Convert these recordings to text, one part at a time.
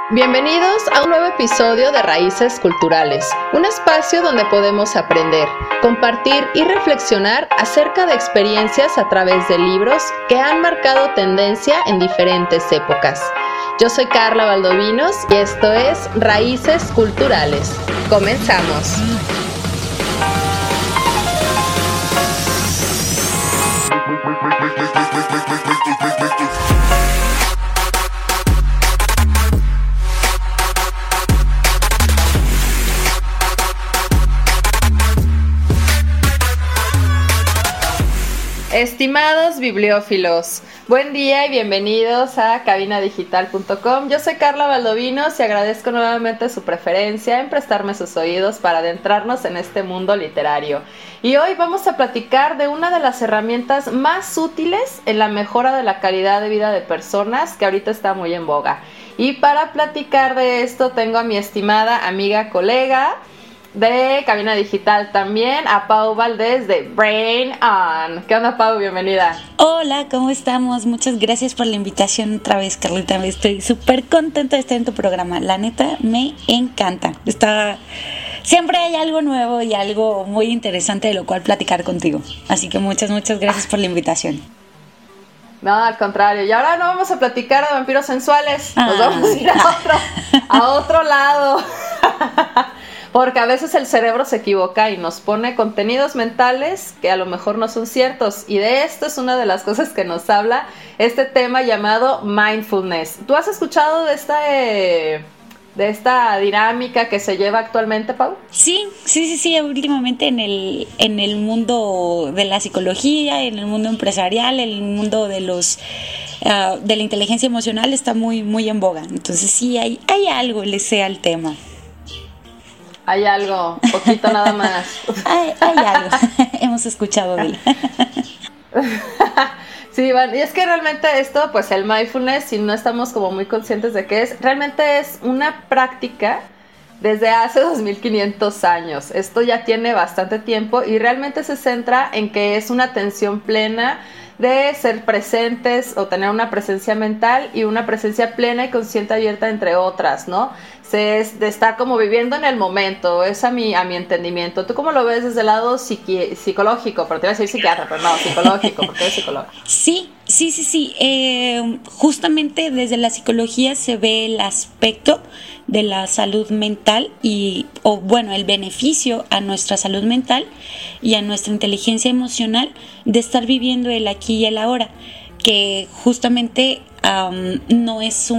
Bienvenidos a un nuevo episodio de Raíces Culturales, un espacio donde podemos aprender, compartir y reflexionar acerca de experiencias a través de libros que han marcado tendencia en diferentes épocas. Yo soy Carla Valdovinos y esto es Raíces Culturales. Comenzamos. Estimados bibliófilos, buen día y bienvenidos a cabinadigital.com. Yo soy Carla Valdovinos y agradezco nuevamente su preferencia en prestarme sus oídos para adentrarnos en este mundo literario. Y hoy vamos a platicar de una de las herramientas más útiles en la mejora de la calidad de vida de personas que ahorita está muy en boga. Y para platicar de esto tengo a mi estimada amiga, colega de Cabina Digital también, a Pau Valdés de Brain On. ¿Qué onda, Pau? Bienvenida. Hola, ¿cómo estamos? Muchas gracias por la invitación otra vez, Carlita. Estoy súper contenta de estar en tu programa. La neta, me encanta. Siempre hay algo nuevo y algo muy interesante de lo cual platicar contigo. Así que muchas gracias por la invitación. No, al contrario. Y ahora no vamos a platicar de vampiros sensuales. Nos vamos a ir a otro lado. Porque a veces el cerebro se equivoca y nos pone contenidos mentales que a lo mejor no son ciertos. Y de esto es una de las cosas que nos habla este tema llamado mindfulness. ¿Tú has escuchado de esta dinámica que se lleva actualmente, Pau? Sí. Últimamente en el mundo de la psicología, en el mundo empresarial, en el mundo de la inteligencia emocional está muy en boga. Entonces sí, hay algo, le sé al tema. Hay algo, poquito nada más. Hay algo, hemos escuchado de él. Sí, y es que realmente esto, pues el mindfulness, si no estamos como muy conscientes de qué es, realmente es una práctica desde hace 2500 años. Esto ya tiene bastante tiempo y realmente se centra en que es una atención plena de ser presentes o tener una presencia mental y una presencia plena y consciente abierta entre otras, ¿no? Es de estar como viviendo en el momento, es a mi entendimiento. ¿Tú cómo lo ves desde el lado psicológico? Pero te iba a decir psiquiatra, pero no, psicológico, porque eres psicóloga. Sí. Justamente desde la psicología se ve el aspecto de la salud mental el beneficio a nuestra salud mental y a nuestra inteligencia emocional de estar viviendo el aquí y el ahora, que justamente no es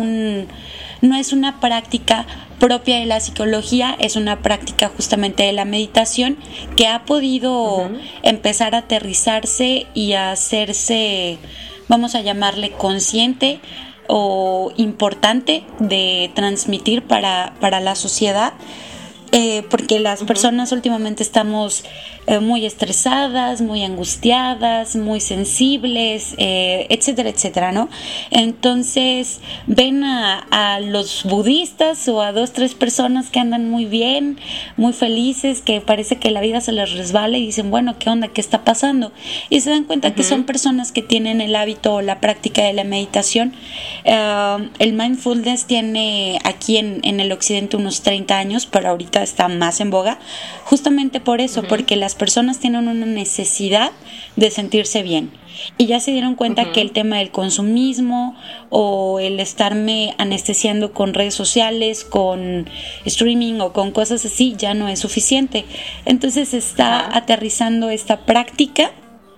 una práctica propia de la psicología, es una práctica justamente de la meditación que ha podido empezar a aterrizarse y a hacerse, vamos a llamarle consciente o importante de transmitir para la sociedad, porque las personas últimamente estamos muy estresadas, muy angustiadas, muy sensibles, etcétera, ¿no? Entonces ven a los budistas o a 2-3 personas que andan muy bien, muy felices, que parece que la vida se les resbala y dicen, bueno, ¿qué onda? ¿Qué está pasando? Y se dan cuenta que son personas que tienen el hábito o la práctica de la meditación. El mindfulness tiene aquí en el occidente unos 30 años, pero ahorita está más en boga, justamente por eso, porque las personas tienen una necesidad de sentirse bien y ya se dieron cuenta que el tema del consumismo o el estarme anestesiando con redes sociales, con streaming o con cosas así ya no es suficiente. Entonces está aterrizando esta práctica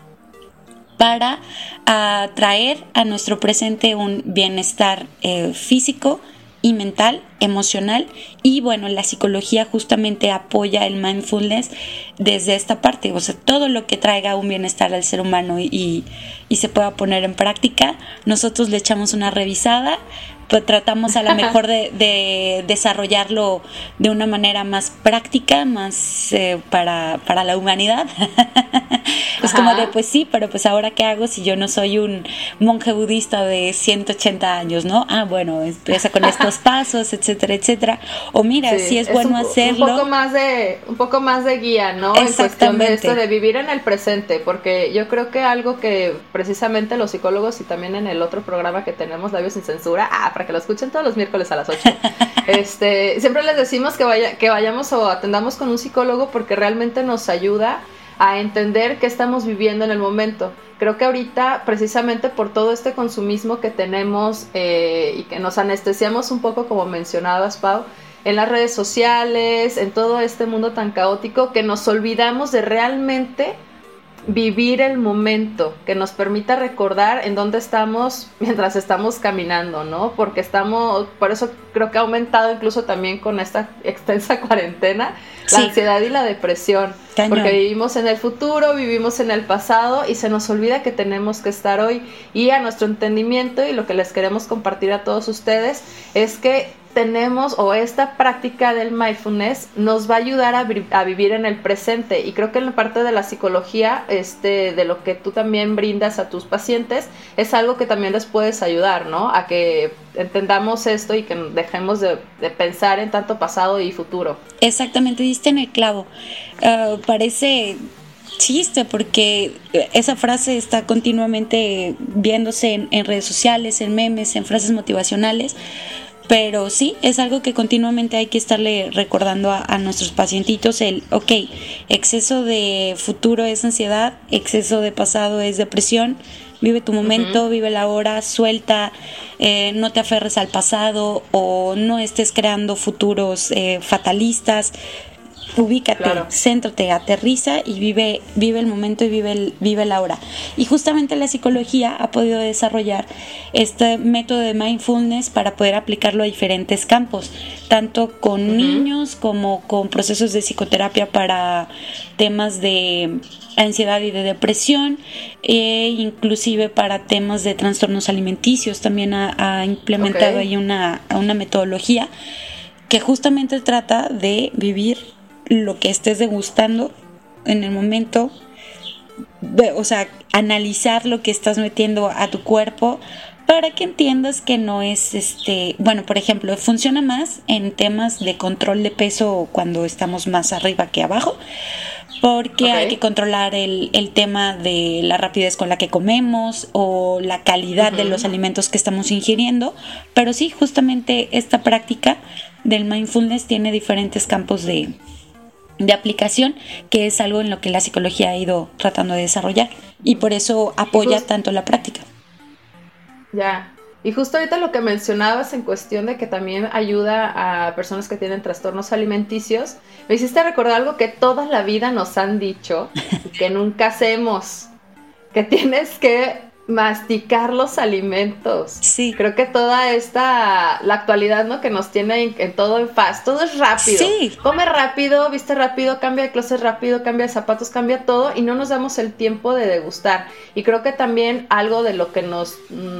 para traer a nuestro presente un bienestar físico y mental, emocional, y bueno, la psicología justamente apoya el mindfulness desde esta parte, o sea, todo lo que traiga un bienestar al ser humano y se pueda poner en práctica, nosotros le echamos una revisada, pues tratamos a lo mejor de desarrollarlo de una manera más práctica, más para la humanidad. Es como de, pues sí, pero pues ahora qué hago si yo no soy un monje budista de 180 años, ¿no? Bueno, empieza con estos pasos, etcétera, etcétera, etcétera. O mira, si es bueno hacerlo. Un poco más de guía, ¿no? En cuestión de esto de vivir en el presente, porque yo creo que algo que precisamente los psicólogos y también en el otro programa que tenemos, Labios sin Censura, para que lo escuchen todos los miércoles a las 8, siempre les decimos que vayamos o atendamos con un psicólogo porque realmente nos ayuda a entender qué estamos viviendo en el momento. Creo que ahorita, precisamente por todo este consumismo que tenemos y que nos anestesiamos un poco, como mencionabas, Pau, en las redes sociales, en todo este mundo tan caótico, que nos olvidamos de realmente vivir el momento, que nos permita recordar en dónde estamos mientras estamos caminando, ¿no? Porque por eso creo que ha aumentado incluso también con esta extensa cuarentena la ansiedad y la depresión. Cañón. Porque vivimos en el futuro, vivimos en el pasado y se nos olvida que tenemos que estar hoy. Y a nuestro entendimiento, y lo que les queremos compartir a todos ustedes, es que tenemos, o esta práctica del mindfulness nos va a ayudar a vivir en el presente, y creo que en la parte de la psicología, de lo que tú también brindas a tus pacientes, es algo que también les puedes ayudar, ¿no? A que entendamos esto y que dejemos de pensar en tanto pasado y futuro. Exactamente, diste en el clavo. Parece chiste porque esa frase está continuamente viéndose en redes sociales, en memes, en frases motivacionales. Pero sí, es algo que continuamente hay que estarle recordando a nuestros pacientitos, exceso de futuro es ansiedad, exceso de pasado es depresión, vive tu momento, vive la hora, suelta, no te aferres al pasado o no estés creando futuros fatalistas. Ubícate, claro. Céntrate, aterriza y vive el momento y vive la hora. Y justamente la psicología ha podido desarrollar este método de mindfulness para poder aplicarlo a diferentes campos, tanto con niños como con procesos de psicoterapia para temas de ansiedad y de depresión, inclusive para temas de trastornos alimenticios. También ha implementado ahí una metodología que justamente trata de vivir lo que estés degustando en el momento, o sea, analizar lo que estás metiendo a tu cuerpo para que entiendas que no es por ejemplo, funciona más en temas de control de peso cuando estamos más arriba que abajo, porque hay que controlar el tema de la rapidez con la que comemos o la calidad de los alimentos que estamos ingiriendo. Pero sí, justamente esta práctica del mindfulness tiene diferentes campos de aplicación, que es algo en lo que la psicología ha ido tratando de desarrollar, y por eso apoya tanto la práctica. Ya, y justo ahorita lo que mencionabas en cuestión de que también ayuda a personas que tienen trastornos alimenticios, me hiciste recordar algo que toda la vida nos han dicho y que nunca hacemos, que tienes que masticar los alimentos. Sí. Creo que toda la actualidad, ¿no? Que nos tiene en todo en fast, todo es rápido. Sí. Come rápido, viste rápido, cambia de closet rápido, cambia de zapatos, cambia todo, y no nos damos el tiempo de degustar. Y creo que también algo de lo que nos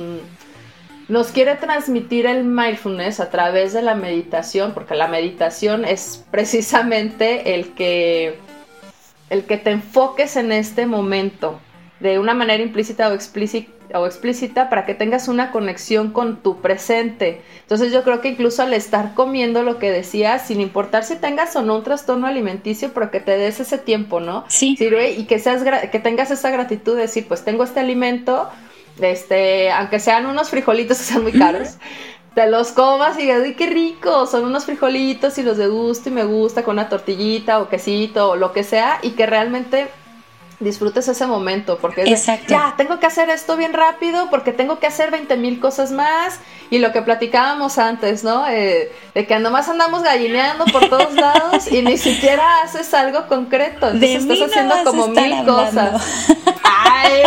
quiere transmitir el mindfulness a través de la meditación, porque la meditación es precisamente el que te enfoques en este momento de una manera implícita o explícita para que tengas una conexión con tu presente. Entonces yo creo que incluso al estar comiendo, lo que decías, sin importar si tengas o no un trastorno alimenticio, pero que te des ese tiempo, ¿no? Sí. Sirve, y que tengas esa gratitud de decir, pues tengo este alimento, aunque sean unos frijolitos que sean muy caros, te los comas y digas, ¡ay, qué rico! Son unos frijolitos y los degusto y me gusta con una tortillita o quesito o lo que sea, y que realmente disfrutes ese momento, porque ya, tengo que hacer esto bien rápido porque tengo que hacer 20,000 cosas más, y lo que platicábamos antes, ¿no? De que nomás andamos gallineando por todos lados y ni siquiera haces algo concreto, entonces estás haciendo como 1,000 cosas. ¡Ay!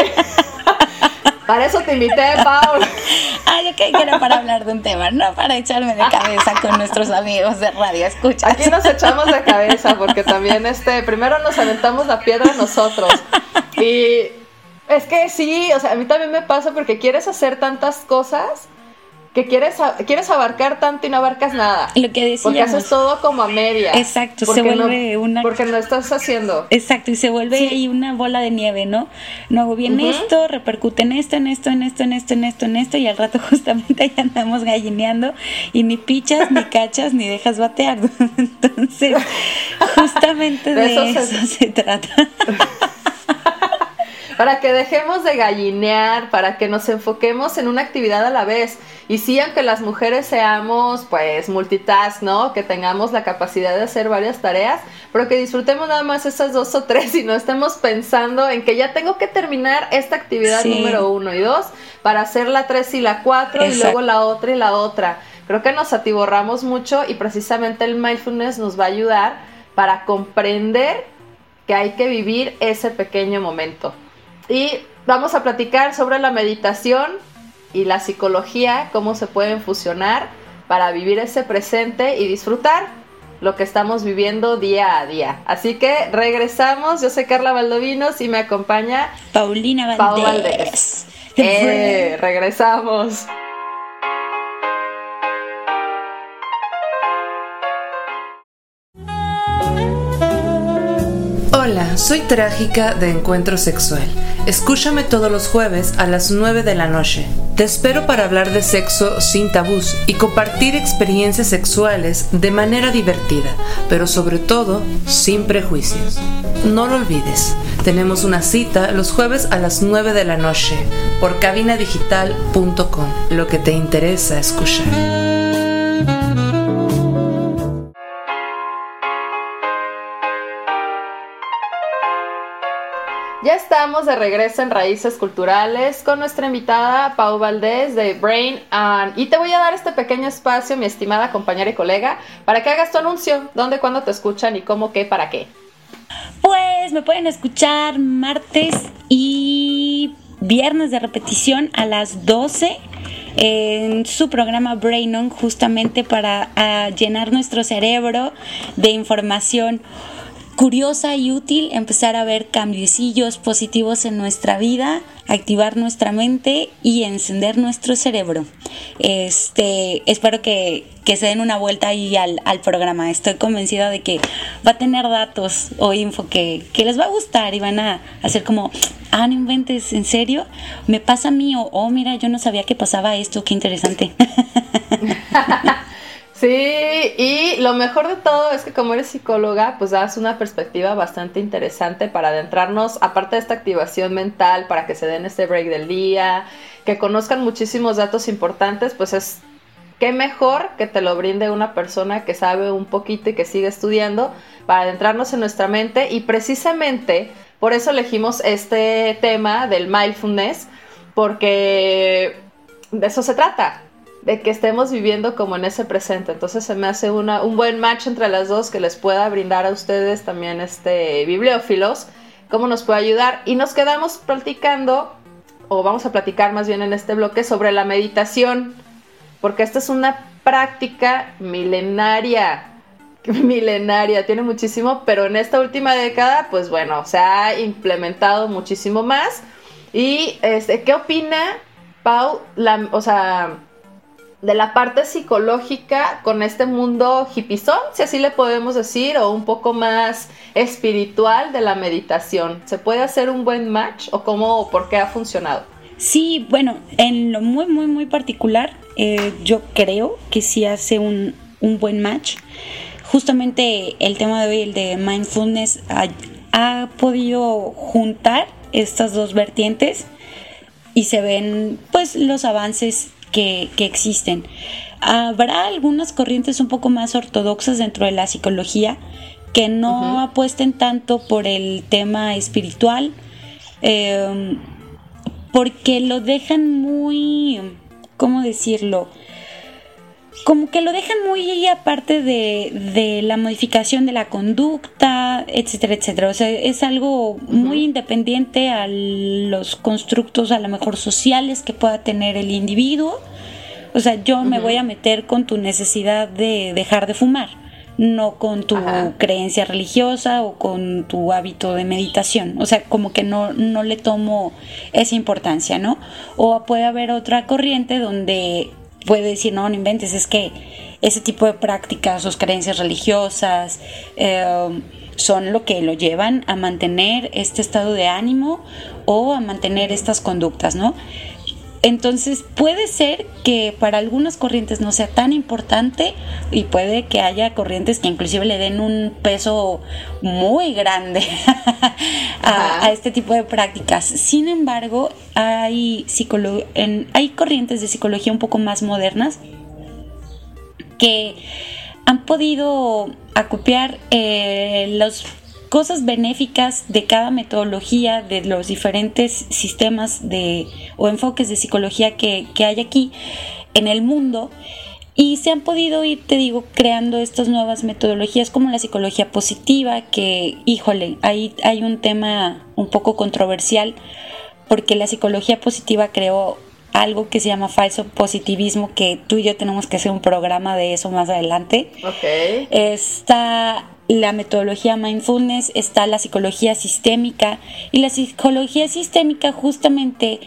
Para eso te invité, Pau. Ay, ok, que era para hablar de un tema, no para echarme de cabeza con nuestros amigos de Radio Escucha. Aquí nos echamos de cabeza porque también primero nos aventamos la piedra nosotros. Y es que sí, o sea, a mí también me pasa porque quieres hacer tantas cosas que quieres abarcar tanto y no abarcas nada. Lo que decíamos. Porque haces todo como a media. Exacto, se vuelve porque no estás haciendo. Exacto, y se vuelve ahí una bola de nieve, ¿no? No hago bien esto, repercute en esto, y al rato justamente ya andamos gallineando y ni pichas, ni cachas, ni dejas batear. Entonces, justamente de eso se trata. Para que dejemos de gallinear, para que nos enfoquemos en una actividad a la vez. Y sí, aunque las mujeres seamos, pues, multitask, ¿no? Que tengamos la capacidad de hacer varias tareas, pero que disfrutemos nada más esas 2 o 3 y no estemos pensando en que ya tengo que terminar esta actividad número 1 y 2 para hacer la 3 y la 4 y luego la otra y la otra. Creo que nos atiborramos mucho y precisamente el mindfulness nos va a ayudar para comprender que hay que vivir ese pequeño momento. Y vamos a platicar sobre la meditación y la psicología, cómo se pueden fusionar para vivir ese presente y disfrutar lo que estamos viviendo día a día. Así que regresamos, yo soy Carla Valdovinos y me acompaña Paulina Valdés. Regresamos. Hola, soy Trágica de Encuentro Sexual. Escúchame todos los jueves a las 9 de la noche. Te espero para hablar de sexo sin tabús y compartir experiencias sexuales de manera divertida, pero sobre todo sin prejuicios. No lo olvides, tenemos una cita los jueves a las 9 de la noche por cabinadigital.com, lo que te interesa escuchar. Ya estamos de regreso en Raíces Culturales con nuestra invitada Pau Valdés de Brain and... Y te voy a dar este pequeño espacio, mi estimada compañera y colega, para que hagas tu anuncio. ¿Dónde, cuándo te escuchan y cómo, qué, para qué? Pues me pueden escuchar martes y viernes de repetición a las 12 en su programa Brain On, justamente para llenar nuestro cerebro de información curiosa y útil, empezar a ver cambiecillos positivos en nuestra vida, activar nuestra mente y encender nuestro cerebro. Espero que se den una vuelta ahí al programa. Estoy convencida de que va a tener datos o info que les va a gustar y van a hacer como, no inventes, ¿en serio? ¿Me pasa a mí? O mira, yo no sabía que pasaba esto, qué interesante. Sí, y lo mejor de todo es que como eres psicóloga, pues das una perspectiva bastante interesante para adentrarnos, aparte de esta activación mental, para que se den este break del día, que conozcan muchísimos datos importantes, pues es qué mejor que te lo brinde una persona que sabe un poquito y que sigue estudiando para adentrarnos en nuestra mente. Y precisamente por eso elegimos este tema del mindfulness, porque de eso se trata, de que estemos viviendo como en ese presente. Entonces se me hace un buen match entre las dos que les pueda brindar a ustedes también bibliófilos, cómo nos puede ayudar. Y nos quedamos platicando, o vamos a platicar más bien en este bloque, sobre la meditación, porque esta es una práctica milenaria, tiene muchísimo, pero en esta última década, pues bueno, se ha implementado muchísimo más. Y ¿qué opina Pau, de la parte psicológica con este mundo hippizón, si así le podemos decir, o un poco más espiritual de la meditación? ¿Se puede hacer un buen match o cómo o por qué ha funcionado? Sí, bueno, en lo muy, muy, muy particular, yo creo que sí hace un buen match. Justamente el tema de hoy, el de mindfulness, ha podido juntar estas dos vertientes y se ven pues los avances que existen. Habrá algunas corrientes un poco más ortodoxas dentro de la psicología que no apuesten tanto por el tema espiritual, porque lo dejan muy, ¿cómo decirlo? Como que lo dejan muy aparte de la modificación de la conducta, etcétera, etcétera. O sea, es algo muy independiente a los constructos, a lo mejor sociales, que pueda tener el individuo. O sea, yo me voy a meter con tu necesidad de dejar de fumar, no con tu creencia religiosa o con tu hábito de meditación. O sea, como que no le tomo esa importancia, ¿no? O puede haber otra corriente donde puede decir, no inventes, es que ese tipo de prácticas, sus creencias religiosas, son lo que lo llevan a mantener este estado de ánimo o a mantener estas conductas, ¿no? Entonces puede ser que para algunas corrientes no sea tan importante y puede que haya corrientes que inclusive le den un peso muy grande a este tipo de prácticas. Sin embargo, hay corrientes de psicología un poco más modernas que han podido acopiar las cosas benéficas de cada metodología, de los diferentes sistemas o enfoques de psicología que hay aquí en el mundo, y se han podido ir, te digo, creando estas nuevas metodologías como la psicología positiva, que, híjole, ahí hay un tema un poco controversial, porque la psicología positiva creó algo que se llama falso positivismo, que tú y yo tenemos que hacer un programa de eso más adelante. Okay. Está la metodología mindfulness, está la psicología sistémica, y la psicología sistémica justamente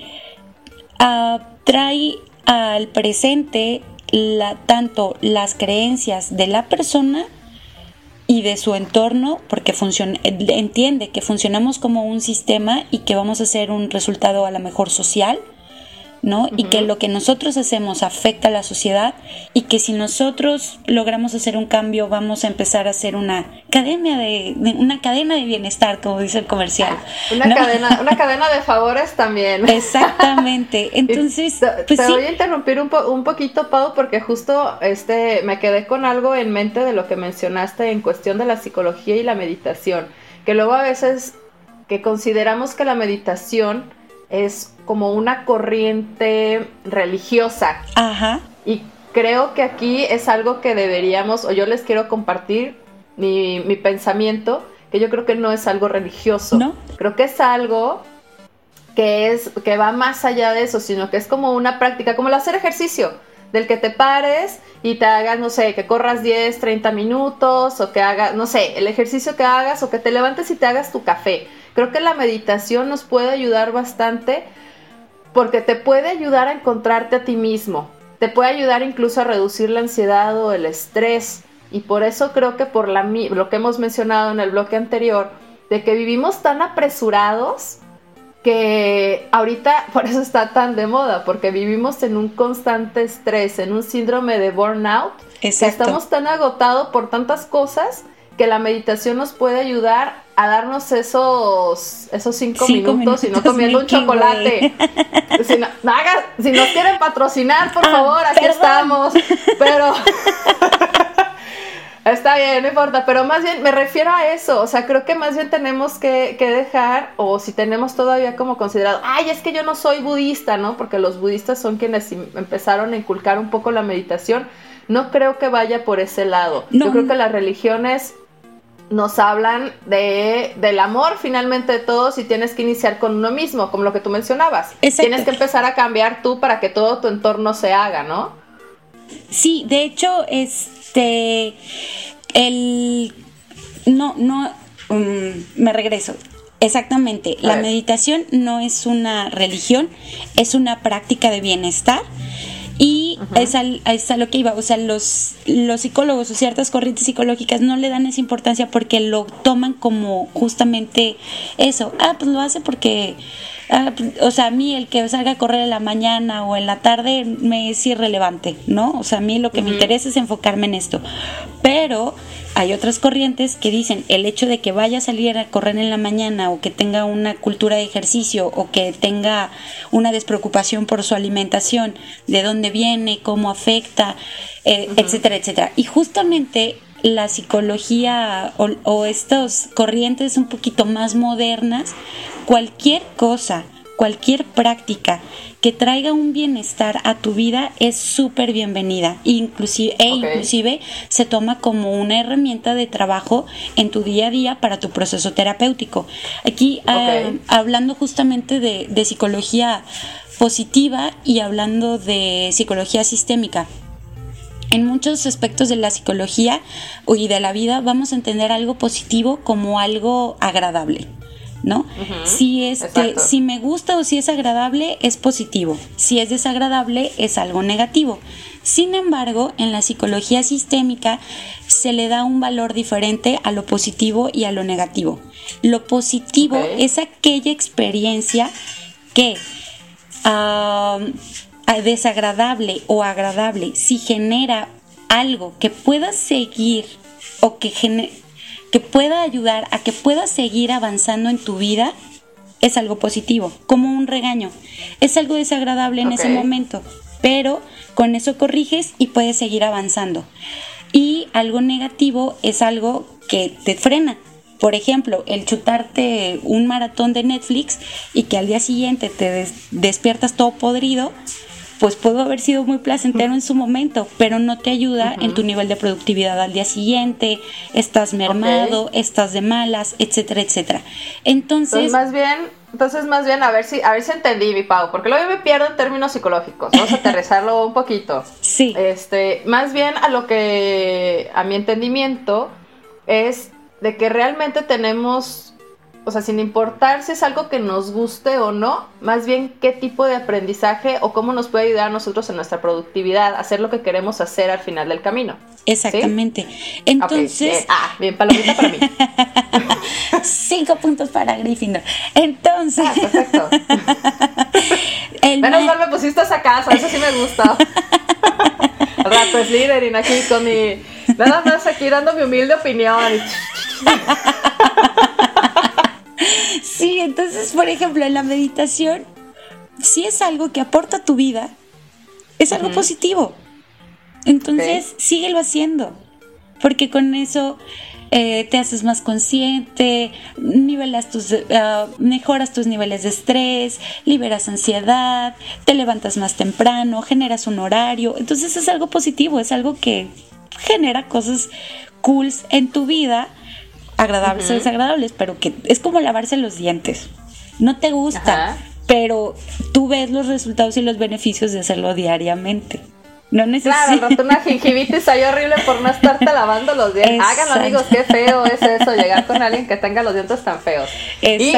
trae al presente tanto las creencias de la persona y de su entorno, porque entiende que funcionamos como un sistema y que vamos a hacer un resultado a lo mejor social, ¿no? Uh-huh. Y que lo que nosotros hacemos afecta a la sociedad, y que si nosotros logramos hacer un cambio vamos a empezar a hacer una cadena de bienestar, como dice el comercial. Una cadena de favores también. Exactamente. Entonces, te voy a interrumpir un poquito, Pau, porque justo me quedé con algo en mente de lo que mencionaste en cuestión de la psicología y la meditación, que luego a veces que consideramos que la meditación es como una corriente religiosa. Ajá. Y creo que aquí es algo que deberíamos, o yo les quiero compartir mi pensamiento, que yo creo que no es algo religioso. ¿No? Creo que es algo que va más allá de eso, sino que es como una práctica, como el hacer ejercicio, del que te pares y te hagas, no sé, que corras 10, 30 minutos, o que hagas, no sé, el ejercicio que hagas, o que te levantes y te hagas tu café. Creo que la meditación nos puede ayudar bastante, porque te puede ayudar a encontrarte a ti mismo, te puede ayudar incluso a reducir la ansiedad o el estrés, y por eso creo que por lo que hemos mencionado en el bloque anterior, de que vivimos tan apresurados, que ahorita por eso está tan de moda, porque vivimos en un constante estrés, en un síndrome de burnout. Exacto. Que estamos tan agotados por tantas cosas, que la meditación nos puede ayudar a darnos esos 5 minutos y no comiendo un chocolate. Si nos quieren patrocinar, por favor, aquí estamos. Pero está bien, no importa, pero más bien me refiero a eso. O sea, creo que más bien tenemos que dejar, o si tenemos todavía como considerado, es que yo no soy budista, ¿no? Porque los budistas son quienes empezaron a inculcar un poco la meditación. No creo que vaya por ese lado. No. Yo creo que las religiones nos hablan del amor finalmente de todos, y tienes que iniciar con uno mismo, como lo que tú mencionabas. Exacto. Tienes que empezar a cambiar tú para que todo tu entorno se haga, ¿no? Sí, de hecho, me regreso. Exactamente, la meditación no es una religión, es una práctica de bienestar. Y es a lo que iba, o sea, los psicólogos o ciertas corrientes psicológicas no le dan esa importancia porque lo toman como justamente eso. Pues lo hace porque, o sea, a mí el que salga a correr en la mañana o en la tarde me es irrelevante, ¿no? O sea, a mí lo que me interesa es enfocarme en esto. Pero hay otras corrientes que dicen el hecho de que vaya a salir a correr en la mañana, o que tenga una cultura de ejercicio, o que tenga una despreocupación por su alimentación, de dónde viene, cómo afecta, etcétera, etcétera. Y justamente la psicología o estas corrientes un poquito más modernas, cualquier cosa, cualquier práctica que traiga un bienestar a tu vida es súper bienvenida, inclusive se toma como una herramienta de trabajo en tu día a día para tu proceso terapéutico. Aquí hablando justamente de psicología positiva y hablando de psicología sistémica, en muchos aspectos de la psicología y de la vida vamos a entender algo positivo como algo agradable, ¿no? Si me gusta o si es agradable, es positivo. Si es desagradable, es algo negativo. Sin embargo, en la psicología sistémica se le da un valor diferente a lo positivo y a lo negativo. Lo positivo es aquella experiencia que desagradable o agradable, si genera algo que pueda seguir o que pueda ayudar a que puedas seguir avanzando en tu vida, es algo positivo, como un regaño. Es algo desagradable en ese momento, pero con eso corriges y puedes seguir avanzando. Y algo negativo es algo que te frena. Por ejemplo, el chutarte un maratón de Netflix y que al día siguiente te despiertas todo podrido, pues pudo haber sido muy placentero en su momento, pero no te ayuda en tu nivel de productividad al día siguiente, estás mermado, estás de malas, etcétera, etcétera. Entonces más bien, a ver si entendí, mi Pau, porque luego yo me pierdo en términos psicológicos. Vamos a aterrizarlo un poquito. Sí. Más bien a mi entendimiento es de que realmente tenemos, o sea, sin importar si es algo que nos guste o no, más bien qué tipo de aprendizaje o cómo nos puede ayudar a nosotros en nuestra productividad, hacer lo que queremos hacer al final del camino. Exactamente. ¿Sí? Entonces... bien, palomita para mí. 5 puntos para Gryffindor. Entonces... perfecto. Menos mal me pusiste esa casa, eso sí me gusta. Al rato es líder aquí con mi... Nada más aquí dando mi humilde opinión. Sí, entonces, por ejemplo, en la meditación, si es algo que aporta a tu vida, es algo positivo. Entonces, síguelo haciendo, porque con eso te haces más consciente, mejoras tus niveles de estrés, liberas ansiedad, te levantas más temprano, generas un horario. Entonces, es algo positivo, es algo que genera cosas cool en tu vida, agradables o desagradables, pero que es como lavarse los dientes. No te gusta, pero tú ves los resultados y los beneficios de hacerlo diariamente. No necesitas. Claro, al rato una gingivitis ahí horrible por no estarte lavando los dientes. Háganlo, amigos, qué feo es eso, llegar con alguien que tenga los dientes tan feos. Y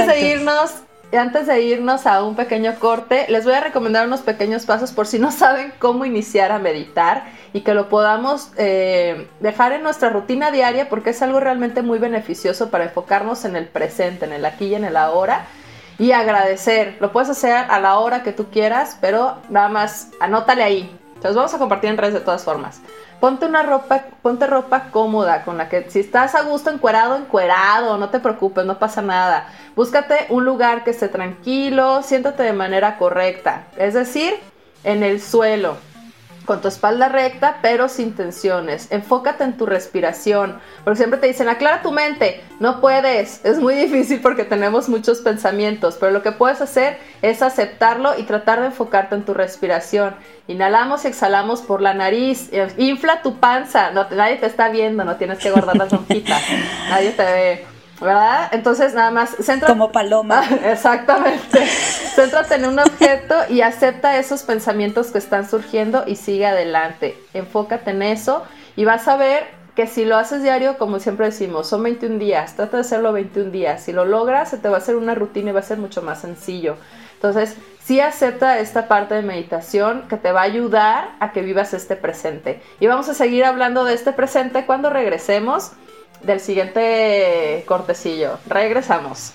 antes de irnos a un pequeño corte, les voy a recomendar unos pequeños pasos por si no saben cómo iniciar a meditar y que lo podamos dejar en nuestra rutina diaria, porque es algo realmente muy beneficioso para enfocarnos en el presente, en el aquí y en el ahora, y agradecer. Lo puedes hacer a la hora que tú quieras, pero nada más anótale ahí. Los vamos a compartir en redes de todas formas. Ponte ropa cómoda, con la que si estás a gusto encuerado, no te preocupes, no pasa nada. Búscate un lugar que esté tranquilo, siéntate de manera correcta, es decir, en el suelo, con tu espalda recta, pero sin tensiones. Enfócate en tu respiración, porque siempre te dicen, aclara tu mente. No puedes, es muy difícil porque tenemos muchos pensamientos, pero lo que puedes hacer es aceptarlo y tratar de enfocarte en tu respiración. Inhalamos y exhalamos por la nariz, infla tu panza, nadie te está viendo, no tienes que guardar las lonjitas, nadie te ve, ¿verdad? Entonces nada más como paloma. Exactamente. Céntrate en un objeto y acepta esos pensamientos que están surgiendo y sigue adelante. Enfócate en eso y vas a ver que si lo haces diario, como siempre decimos, son 21 días, trata de hacerlo 21 días. Si lo logras, se te va a hacer una rutina y va a ser mucho más sencillo. Entonces, sí acepta esta parte de meditación que te va a ayudar a que vivas este presente. Y vamos a seguir hablando de este presente cuando regresemos del siguiente cortecillo. Regresamos.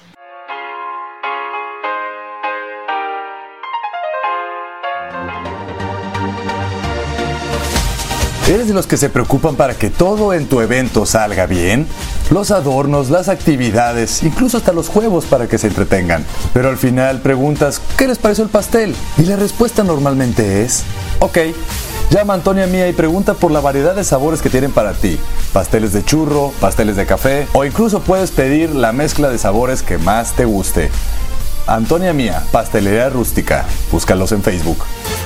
¿Eres de los que se preocupan para que todo en tu evento salga bien? Los adornos, las actividades, incluso hasta los juegos para que se entretengan. Pero al final preguntas, ¿qué les pareció el pastel? Y la respuesta normalmente es, ok. Llama a Antonia Mía y pregunta por la variedad de sabores que tienen para ti. Pasteles de churro, pasteles de café, o incluso puedes pedir la mezcla de sabores que más te guste. Antonia Mía, Pastelería Rústica. Búscalos en Facebook.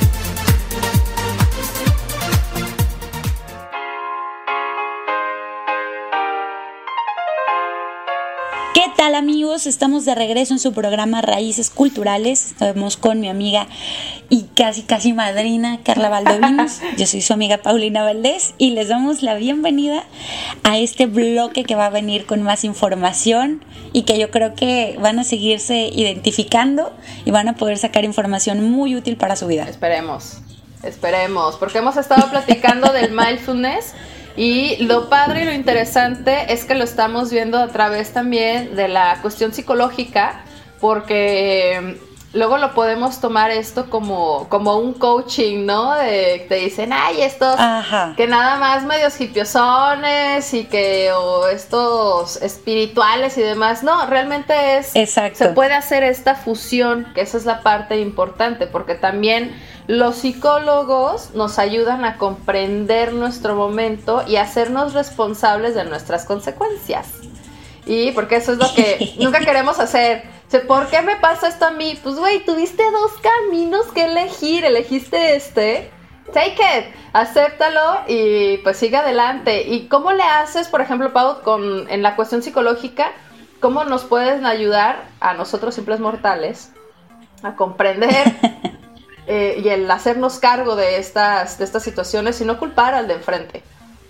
¿Qué tal, amigos? Estamos de regreso en su programa Raíces Culturales. Estamos con mi amiga y casi madrina Carla Valdovinos. Yo soy su amiga Paulina Valdés y les damos la bienvenida a este bloque que va a venir con más información y que yo creo que van a seguirse identificando y van a poder sacar información muy útil para su vida. Esperemos. Esperemos, porque hemos estado platicando del mindfulness y lo padre y lo interesante es que lo estamos viendo a través también de la cuestión psicológica, porque luego lo podemos tomar esto como un coaching, ¿no? Te dicen, ay, estos que nada más medios hipiosones y que o estos espirituales y demás. No, realmente es... Exacto. Se puede hacer esta fusión, que esa es la parte importante, porque también los psicólogos nos ayudan a comprender nuestro momento y hacernos responsables de nuestras consecuencias. Y porque eso es lo que nunca queremos hacer. O sea, ¿por qué me pasa esto a mí? Pues, güey, tuviste dos caminos que elegir. Elegiste este. Take it. Acéptalo y pues sigue adelante. ¿Y cómo le haces, por ejemplo, Pau, en la cuestión psicológica? ¿Cómo nos pueden ayudar a nosotros simples mortales a comprender y el hacernos cargo de estas situaciones y no culpar al de enfrente?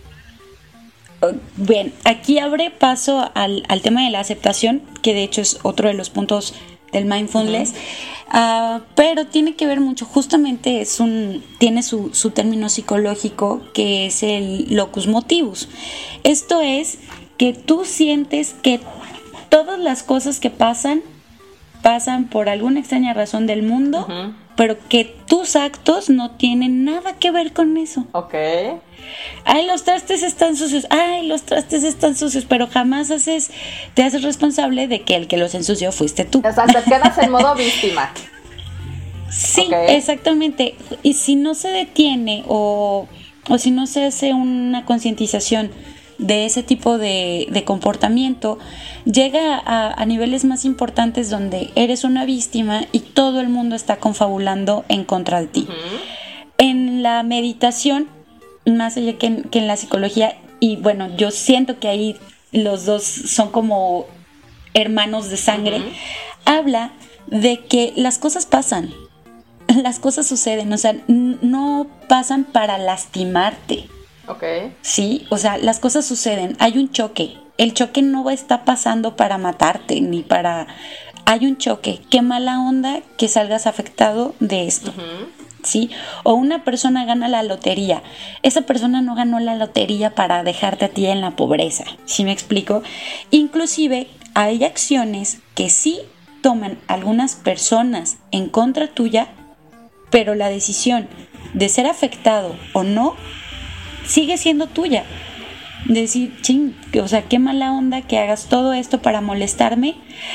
Bien, aquí abre paso al tema de la aceptación, que de hecho es otro de los puntos del mindfulness, pero tiene que ver mucho, justamente tiene su término psicológico, que es el locus motivus. Esto es que tú sientes que todas las cosas que pasan por alguna extraña razón del mundo, pero que tus actos no tienen nada que ver con eso. Ok. Ay, los trastes están sucios. Ay, los trastes están sucios, pero jamás te haces responsable de que el que los ensució fuiste tú. O sea, te quedas en modo víctima. Sí, okay. Exactamente. Y si no se detiene o si no se hace una concientización de ese tipo de comportamiento, llega a niveles más importantes donde eres una víctima y todo el mundo está confabulando en contra de ti. En la meditación, más allá que en la psicología, y bueno, yo siento que ahí los dos son como hermanos de sangre, habla de que las cosas pasan, las cosas suceden, o sea, no pasan para lastimarte. Okay. Sí, o sea, las cosas suceden, hay un choque, el choque no está pasando para matarte, hay un choque, qué mala onda que salgas afectado de esto, ¿sí? O una persona gana la lotería, esa persona no ganó la lotería para dejarte a ti en la pobreza, ¿sí me explico? Inclusive hay acciones que sí toman algunas personas en contra tuya, pero la decisión de ser afectado o no sigue siendo tuya. Decir, o sea, qué mala onda que hagas todo esto para molestarme,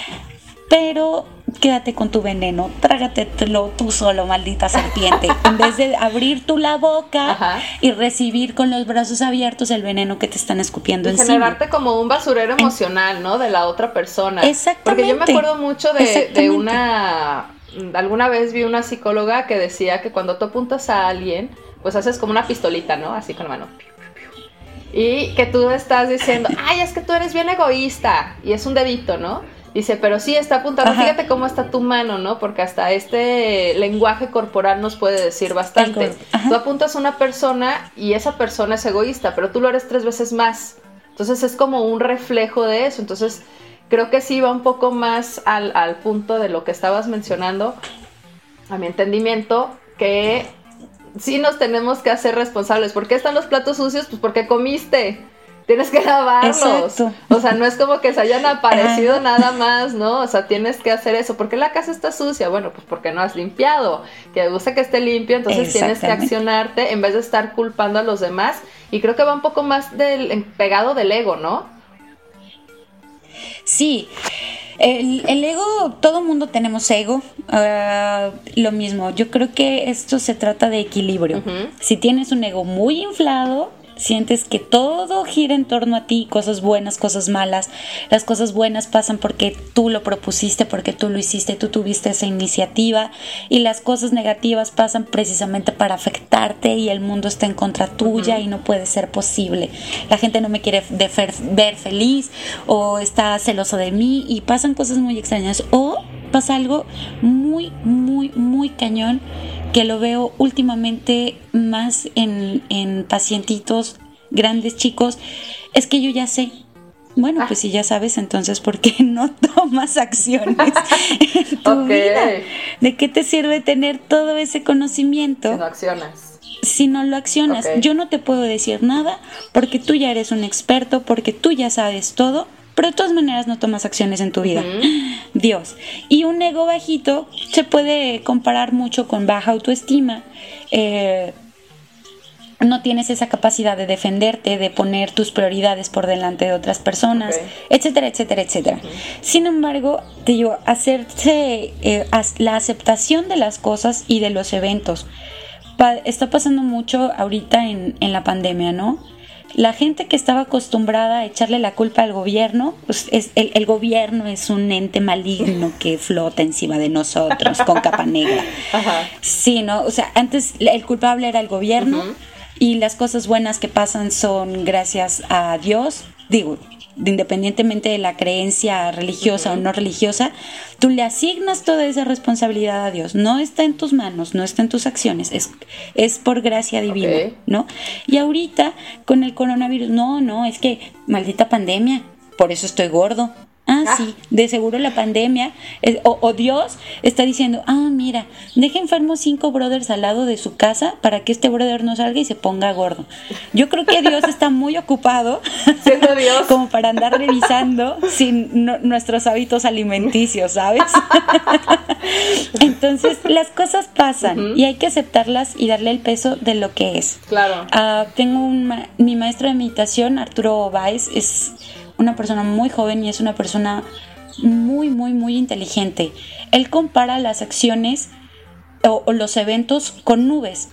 pero quédate con tu veneno, trágatelo tú solo, maldita serpiente, en vez de abrir tú la boca y recibir con los brazos abiertos el veneno que te están escupiendo encima. Generarte como un basurero emocional, ¿no? De la otra persona. Exactamente. Porque yo me acuerdo mucho de alguna vez vi una psicóloga que decía que cuando tú apuntas a alguien, pues haces como una pistolita, ¿no? Así con la mano. Y que tú estás diciendo, ay, es que tú eres bien egoísta. Y es un dedito, ¿no? Dice, pero sí está apuntando. Fíjate cómo está tu mano, ¿no? Porque hasta este lenguaje corporal nos puede decir bastante. Tú apuntas a una persona y esa persona es egoísta, pero tú lo eres 3 veces más. Entonces es como un reflejo de eso. Entonces creo que sí va un poco más al punto de lo que estabas mencionando, a mi entendimiento, que sí nos tenemos que hacer responsables. ¿Por qué están los platos sucios? Pues porque comiste. Tienes que lavarlos. Exacto. O sea, no es como que se hayan aparecido nada más, ¿no? O sea, tienes que hacer eso. ¿Por qué la casa está sucia? Bueno, pues porque no has limpiado. Que te gusta que esté limpio, entonces tienes que accionarte en vez de estar culpando a los demás. Y creo que va un poco más pegado del ego, ¿no? Sí. El ego, todo mundo tenemos ego, lo mismo, yo creo que esto se trata de equilibrio. Si tienes un ego muy inflado, sientes que todo gira en torno a ti, cosas buenas, cosas malas. Las cosas buenas pasan porque tú lo propusiste, porque tú lo hiciste, tú tuviste esa iniciativa, y las cosas negativas pasan precisamente para afectarte y el mundo está en contra tuya y no puede ser posible. La gente no me quiere ver feliz o está celoso de mí y pasan cosas muy extrañas, o pasa algo muy, muy, muy cañón, que lo veo últimamente más en pacientitos grandes, chicos. Es que yo ya sé, Bueno, pues si ya sabes, entonces ¿por qué no tomas acciones en tu vida? ¿De qué te sirve tener todo ese conocimiento si no accionas? Si no lo accionas. Yo no te puedo decir nada porque tú ya eres un experto, porque tú ya sabes todo, pero de todas maneras no tomas acciones en tu vida. Dios. Y un ego bajito se puede comparar mucho con baja autoestima. No tienes esa capacidad de defenderte, de poner tus prioridades por delante de otras personas, etcétera, etcétera, etcétera. Sin embargo, te digo, hacerse la aceptación de las cosas y de los eventos. Está pasando mucho ahorita en la pandemia, ¿no? La gente que estaba acostumbrada a echarle la culpa al gobierno, pues el gobierno es un ente maligno que flota encima de nosotros con capa negra. Ajá. Sí, ¿no? O sea, antes el culpable era el gobierno y las cosas buenas que pasan son gracias a Dios. Digo, independientemente de la creencia religiosa o no religiosa, tú le asignas toda esa responsabilidad a Dios. No está en tus manos, no está en tus acciones, es por gracia divina, ¿no? Y ahorita con el coronavirus, no, es que maldita pandemia, por eso estoy gordo. Sí, de seguro la pandemia o Dios está diciendo, mira, deja enfermos 5 brothers al lado de su casa para que este brother no salga y se ponga gordo. Yo creo que Dios está muy ocupado siendo Dios como para andar revisando nuestros hábitos alimenticios, ¿sabes? Entonces las cosas pasan y hay que aceptarlas y darle el peso de lo que es. Claro. Tengo mi maestro de meditación, Arturo Báez, es una persona muy joven y es una persona muy, muy, muy inteligente. Él compara las acciones o los eventos con nubes.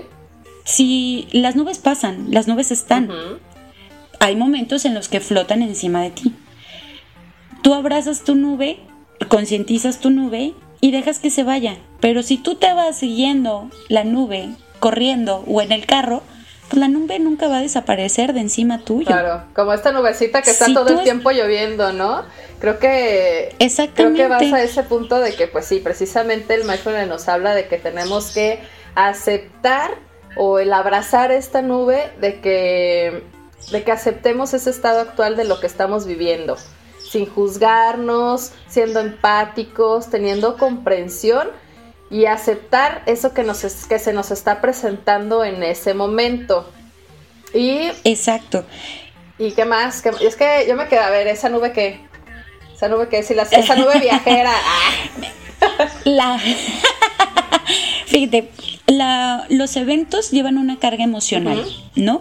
Si las nubes pasan, las nubes están. Hay momentos en los que flotan encima de ti. Tú abrazas tu nube, concientizas tu nube y dejas que se vaya. Pero si tú te vas siguiendo la nube, corriendo o en el carro, pues la nube nunca va a desaparecer de encima tuyo. Claro, como esta nubecita que está todo el tiempo lloviendo, ¿no? Creo que vas a ese punto de que, pues sí, precisamente el mindfulness nos habla de que tenemos que aceptar o el abrazar esta nube de que aceptemos ese estado actual de lo que estamos viviendo, sin juzgarnos, siendo empáticos, teniendo comprensión y aceptar eso que se nos está presentando en ese momento. Exacto. ¿Y qué más? Es que yo me quedé a ver, esa nube que esa nube viajera. Fíjate, los eventos llevan una carga emocional, ¿no?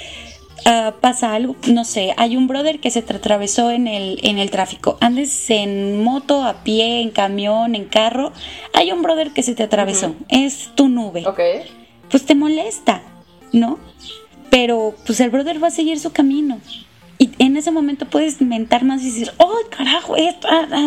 Pasa algo, no sé, hay un brother que se te atravesó en el tráfico, andes en moto, a pie, en camión, en carro, hay un brother que se te atravesó, es tu nube, pues te molesta, ¿no? Pero pues el brother va a seguir su camino y en ese momento puedes mentar más y decir, ¡oh, carajo! Esto,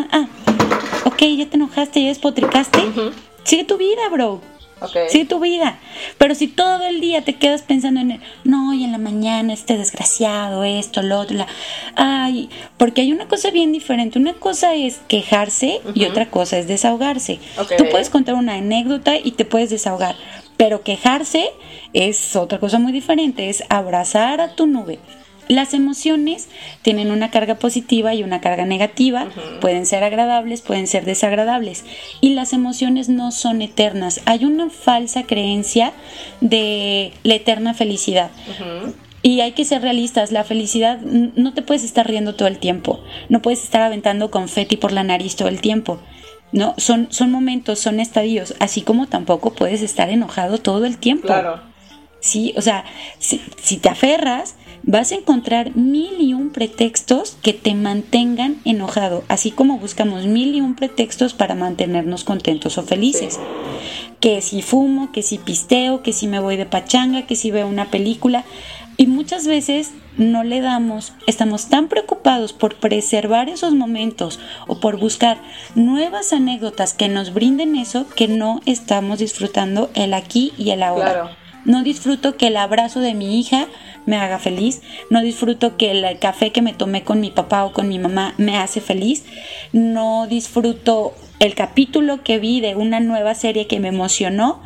ok, ya te enojaste, ya despotricaste, sigue tu vida, bro. Sigue tu vida. Pero si todo el día te quedas pensando en y en la mañana este desgraciado, esto, lo otro, porque hay una cosa bien diferente. Una cosa es quejarse y otra cosa es desahogarse. Tú puedes contar una anécdota y te puedes desahogar, pero quejarse es otra cosa muy diferente, es abrazar a tu nube. Las emociones tienen una carga positiva y una carga negativa, pueden ser agradables, pueden ser desagradables, y las emociones no son eternas. Hay una falsa creencia de la eterna felicidad. Y hay que ser realistas, la felicidad no te puedes estar riendo todo el tiempo, no puedes estar aventando confeti por la nariz todo el tiempo. No, son momentos, son estadios, así como tampoco puedes estar enojado todo el tiempo. Claro. Sí, o sea, si te aferras, vas a encontrar 1001 pretextos que te mantengan enojado, así como buscamos 1001 pretextos para mantenernos contentos o felices. Que si fumo, que si pisteo, que si me voy de pachanga, que si veo una película. Y muchas veces no le damos, estamos tan preocupados por preservar esos momentos o por buscar nuevas anécdotas que nos brinden eso, que no estamos disfrutando el aquí y el ahora. Claro. No disfruto que el abrazo de mi hija me haga feliz, no disfruto que el café que me tomé con mi papá o con mi mamá me hace feliz, no disfruto el capítulo que vi de una nueva serie que me emocionó,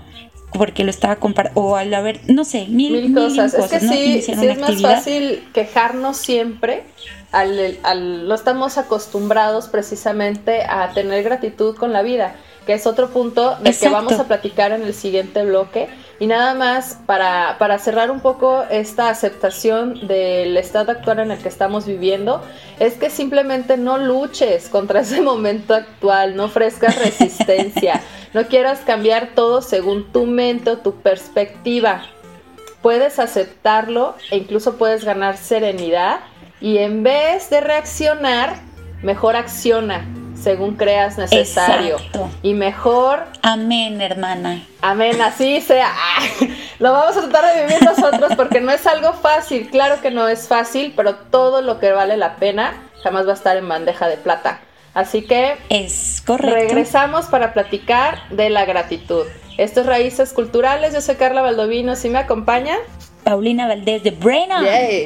porque lo estaba comparando, o al haber, no sé, mil cosas. Es que ¿no? sí es más fácil quejarnos siempre. No estamos acostumbrados precisamente a tener gratitud con la vida, que es otro punto del que vamos a platicar en el siguiente bloque. Y nada más para cerrar un poco esta aceptación del estado actual en el que estamos viviendo, es que simplemente no luches contra ese momento actual, no ofrezcas resistencia, no quieras cambiar todo según tu mente o tu perspectiva. Puedes aceptarlo e incluso puedes ganar serenidad, y en vez de reaccionar, mejor acciona según creas necesario. Exacto. Y mejor... Amén, hermana. Amén, así sea. Lo vamos a tratar de vivir nosotros porque no es algo fácil. Claro que no es fácil, pero todo lo que vale la pena jamás va a estar en bandeja de plata. Así que... Es correcto. Regresamos para platicar de la gratitud. Esto es Raíces Culturales. Yo soy Carla Baldovino. ¿Sí me acompaña? Paulina Valdés de Brain On. Yay.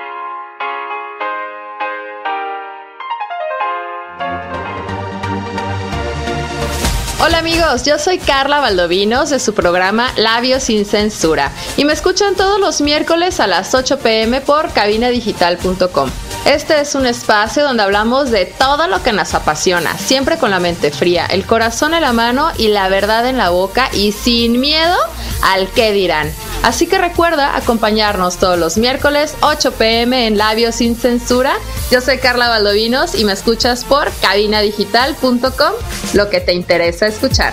Hola amigos, yo soy Carla Valdovinos de su programa Labios sin Censura y me escuchan todos los miércoles a las 8 p.m. por cabinadigital.com. Este es un espacio donde hablamos de todo lo que nos apasiona, siempre con la mente fría, el corazón en la mano y la verdad en la boca y sin miedo al qué dirán. Así que recuerda acompañarnos todos los miércoles 8 p.m. en Labios sin Censura. Yo soy Carla Valdovinos y me escuchas por cabinadigital.com, lo que te interesa escuchar.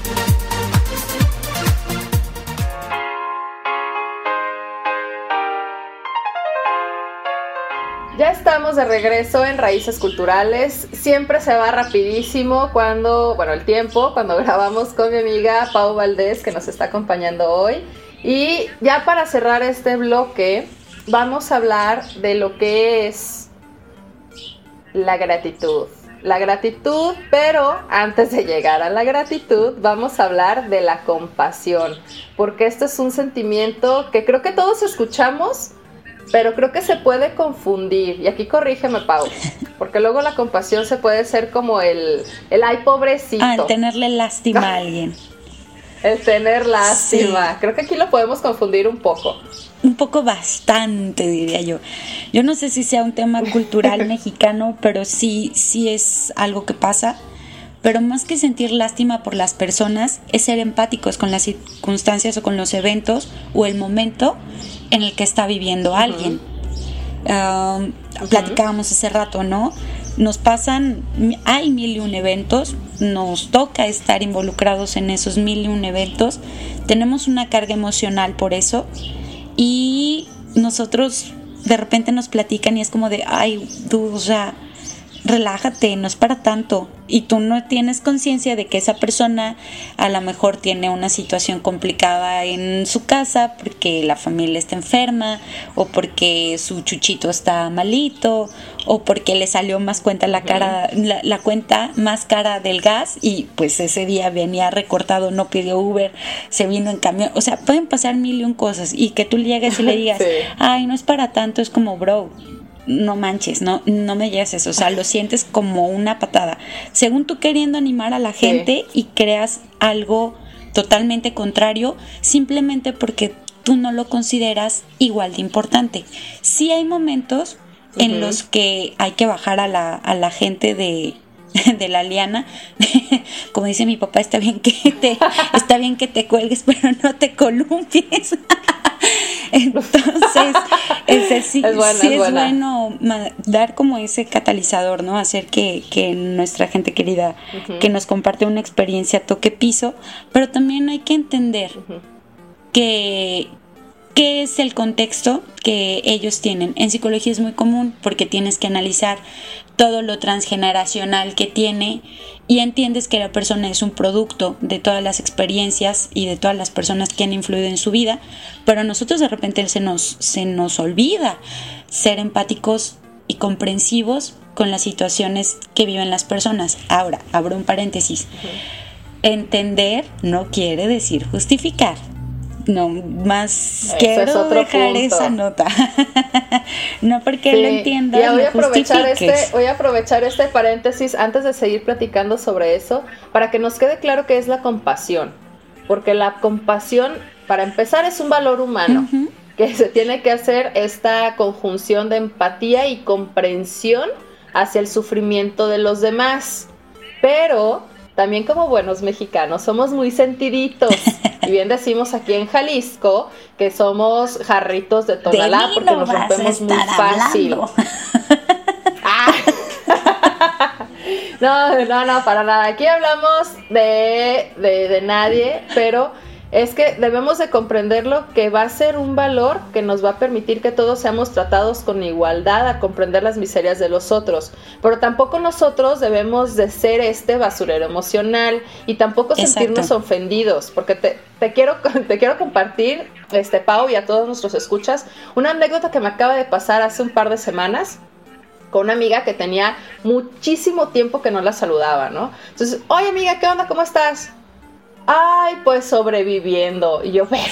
Ya estamos de regreso en Raíces Culturales. Siempre se va rapidísimo el tiempo, cuando grabamos con mi amiga Pau Valdés, que nos está acompañando hoy. Y ya para cerrar este bloque, vamos a hablar de lo que es la gratitud. La gratitud, pero antes de llegar a la gratitud, vamos a hablar de la compasión. Porque este es un sentimiento que creo que todos escuchamos, pero creo que se puede confundir. Y aquí corrígeme, Pau, porque luego la compasión se puede ser como el ay, pobrecito. El tenerle lástima a alguien. El tener lástima. Sí. Creo que aquí lo podemos confundir un poco. Un poco bastante, diría yo. Yo no sé si sea un tema cultural mexicano, pero sí es algo que pasa. Pero más que sentir lástima por las personas, es ser empáticos con las circunstancias o con los eventos o el momento en el que está viviendo alguien. Platicábamos hace rato, ¿no? Hay 1001 eventos, nos toca estar involucrados en esos 1001 eventos, tenemos una carga emocional por eso, y nosotros de repente nos platican y es como de, ay, tú, o sea, relájate, no es para tanto. Y tú no tienes conciencia de que esa persona a lo mejor tiene una situación complicada en su casa porque la familia está enferma, o porque su chuchito está malito, o porque le salió más cuenta la cuenta más cara del gas y pues ese día venía recortado, no pidió Uber, se vino en camión. O sea, pueden pasar 1001 cosas, y que tú llegues y le digas, sí, ay, no es para tanto, es como, bro, no manches, no me digas eso. O sea, lo sientes como una patada, según tú queriendo animar a la gente, sí, y creas algo totalmente contrario simplemente porque tú no lo consideras igual de importante. Sí hay momentos en los que hay que bajar a la gente de la liana. Como dice mi papá, está bien que te cuelgues, pero no te columpies. Entonces, sí es bueno dar como ese catalizador, ¿no? Hacer que nuestra gente querida, que nos comparte una experiencia, toque piso, pero también hay que entender que qué es el contexto que ellos tienen. En psicología es muy común porque tienes que analizar todo lo transgeneracional que tiene y entiendes que la persona es un producto de todas las experiencias y de todas las personas que han influido en su vida, pero a nosotros de repente se nos olvida ser empáticos y comprensivos con las situaciones que viven las personas. Ahora, abro un paréntesis. Entender no quiere decir justificar. No, más quiero dejar punto. Esa nota. No porque lo entiendas, ya voy a aprovechar este paréntesis antes de seguir platicando sobre eso, para que nos quede claro qué es la compasión. porque la compasión, para empezar, es un valor humano, que se tiene que hacer esta conjunción de empatía y comprensión hacia el sufrimiento de los demás, pero también como buenos mexicanos somos muy sentiditos, y bien decimos aquí en Jalisco que somos jarritos de Tonalá porque nos rompemos muy fácil. No, para nada. Aquí hablamos de nadie, pero es que debemos de comprenderlo, que va a ser un valor que nos va a permitir que todos seamos tratados con igualdad, a comprender las miserias de los otros, pero tampoco nosotros debemos de ser este basurero emocional y tampoco sentirnos ofendidos, porque te quiero compartir, Pau, y a todos nuestros escuchas, una anécdota que me acaba de pasar hace un par de semanas con una amiga que tenía muchísimo tiempo que no la saludaba, ¿no? Entonces, oye amiga, ¿qué onda? ¿Cómo estás? Ay, pues sobreviviendo. Y yo, venga,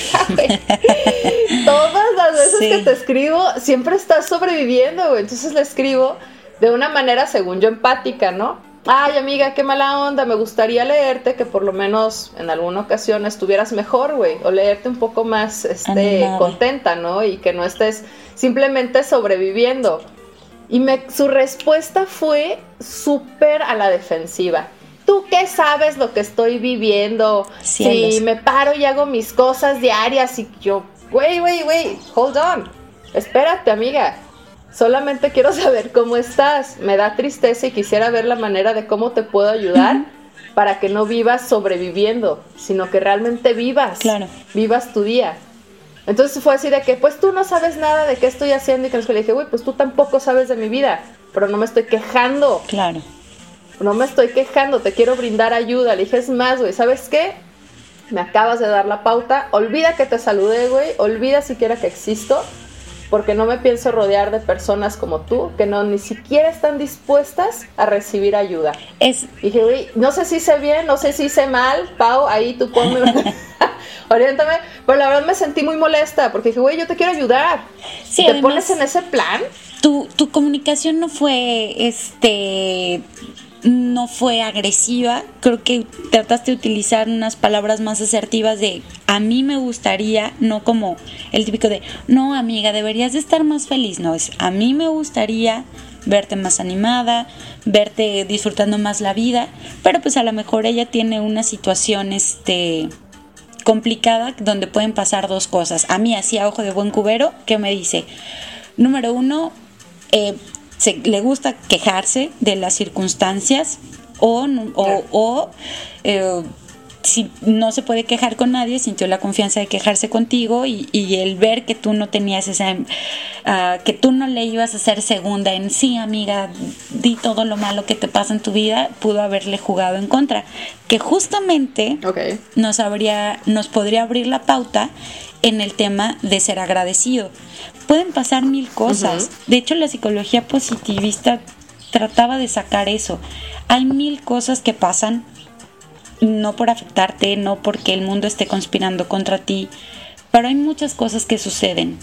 todas las veces que te escribo, siempre estás sobreviviendo, güey. Entonces le escribo de una manera, según yo, empática, ¿no? Ay, amiga, qué mala onda, me gustaría leerte, que por lo menos en alguna ocasión estuvieras mejor, güey, o leerte un poco más contenta, ¿no? Y que no estés simplemente sobreviviendo. Y su respuesta fue súper a la defensiva. ¿Tú qué sabes lo que estoy viviendo? Cielos. Si me paro y hago mis cosas diarias y yo, güey, hold on, espérate, amiga, solamente quiero saber cómo estás, me da tristeza y quisiera ver la manera de cómo te puedo ayudar para que no vivas sobreviviendo, sino que realmente vivas tu día. Entonces fue así de que, pues tú no sabes nada de qué estoy haciendo, y que le dije, güey, pues tú tampoco sabes de mi vida, pero no me estoy quejando. Claro. No me estoy quejando, te quiero brindar ayuda. Le dije, es más, güey, ¿sabes qué? Me acabas de dar la pauta, olvida que te saludé, güey, olvida siquiera que existo, porque no me pienso rodear de personas como tú, que ni siquiera están dispuestas a recibir ayuda. Dije, güey, no sé si hice bien, no sé si hice mal, Pau, ahí tú ponme, oriéntame, pero la verdad me sentí muy molesta, porque dije, güey, yo te quiero ayudar. Sí, ¿te además, pones en ese plan? Tu comunicación no fue agresiva. Creo que trataste de utilizar unas palabras más asertivas de a mí me gustaría, no como el típico de no, amiga, deberías de estar más feliz. No, es a mí me gustaría verte más animada, verte disfrutando más la vida, pero pues a lo mejor ella tiene una situación complicada donde pueden pasar dos cosas. A mí, así a ojo de buen cubero, que me dice, número uno, le gusta quejarse de las circunstancias o si no se puede quejar con nadie, sintió la confianza de quejarse contigo y el ver que tú no tenías que tú no le ibas a hacer segunda en sí, amiga, di todo lo malo que te pasa en tu vida, pudo haberle jugado en contra, que justamente nos podría abrir la pauta en el tema de ser agradecido. Pueden pasar mil cosas. De hecho, la psicología positivista trataba de sacar eso. Hay mil cosas que pasan, no por afectarte, no porque el mundo esté conspirando contra ti, pero hay muchas cosas que suceden.